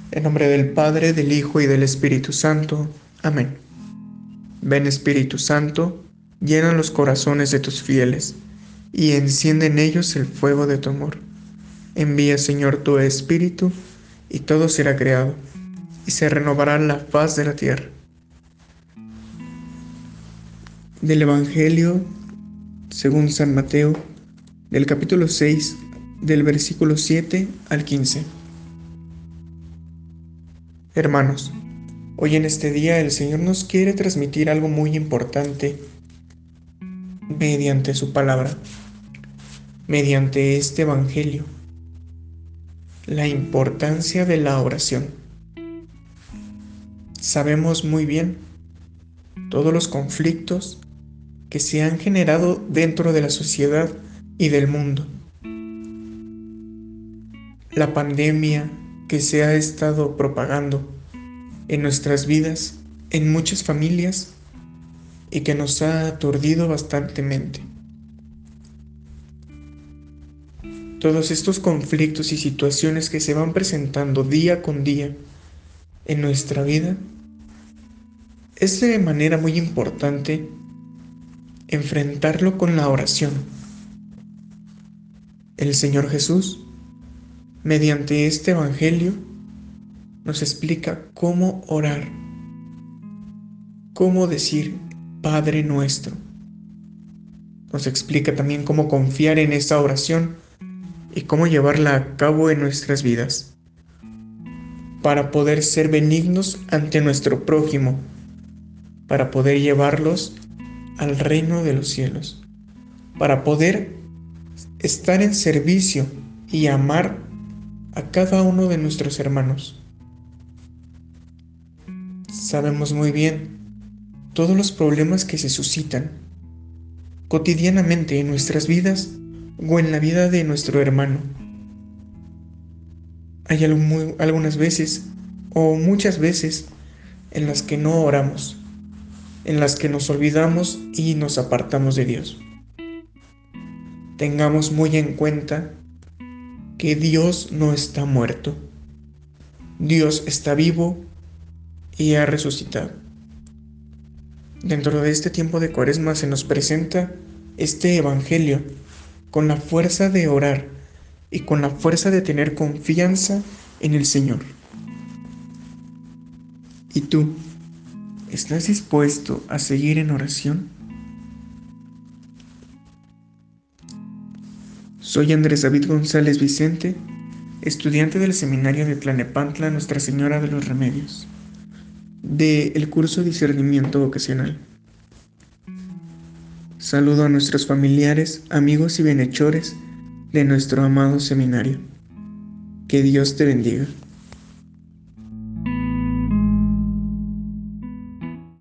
En nombre del Padre, del Hijo y del Espíritu Santo. Amén. Ven Espíritu Santo, llena los corazones de tus fieles, y enciende en ellos el fuego de tu amor. Envía, Señor, tu Espíritu, y todo será creado, y se renovará la faz de la tierra. Del Evangelio, según San Mateo, del capítulo 6, del versículo 7 al 15. Hermanos, hoy en este día el Señor nos quiere transmitir algo muy importante mediante su palabra, mediante este Evangelio, la importancia de la oración. Sabemos muy bien todos los conflictos que se han generado dentro de la sociedad y del mundo. La pandemia que se ha estado propagando en nuestras vidas, en muchas familias, y que nos ha aturdido bastantemente. Todos estos conflictos y situaciones que se van presentando día con día en nuestra vida, es de manera muy importante enfrentarlo con la oración. El Señor Jesús, mediante este Evangelio, nos explica cómo orar, cómo decir Padre nuestro. Nos explica también cómo confiar en esta oración y cómo llevarla a cabo en nuestras vidas, para poder ser benignos ante nuestro prójimo, para poder llevarlos al reino de los cielos, para poder estar en servicio y amar a cada uno de nuestros hermanos. Sabemos muy bien todos los problemas que se suscitan cotidianamente en nuestras vidas o en la vida de nuestro hermano. Hay algunas veces o muchas veces en las que no oramos, en las que nos olvidamos y nos apartamos de Dios. Tengamos muy en cuenta que Dios no está muerto. Dios está vivo y ha resucitado. Dentro de este tiempo de Cuaresma se nos presenta este Evangelio con la fuerza de orar y con la fuerza de tener confianza en el Señor. ¿Y tú, estás dispuesto a seguir en oración? Soy Andrés David González Vicente, estudiante del seminario de Tlalnepantla Nuestra Señora de los Remedios, del curso Discernimiento Vocacional. Saludo a nuestros familiares, amigos y bienhechores de nuestro amado seminario. Que Dios te bendiga.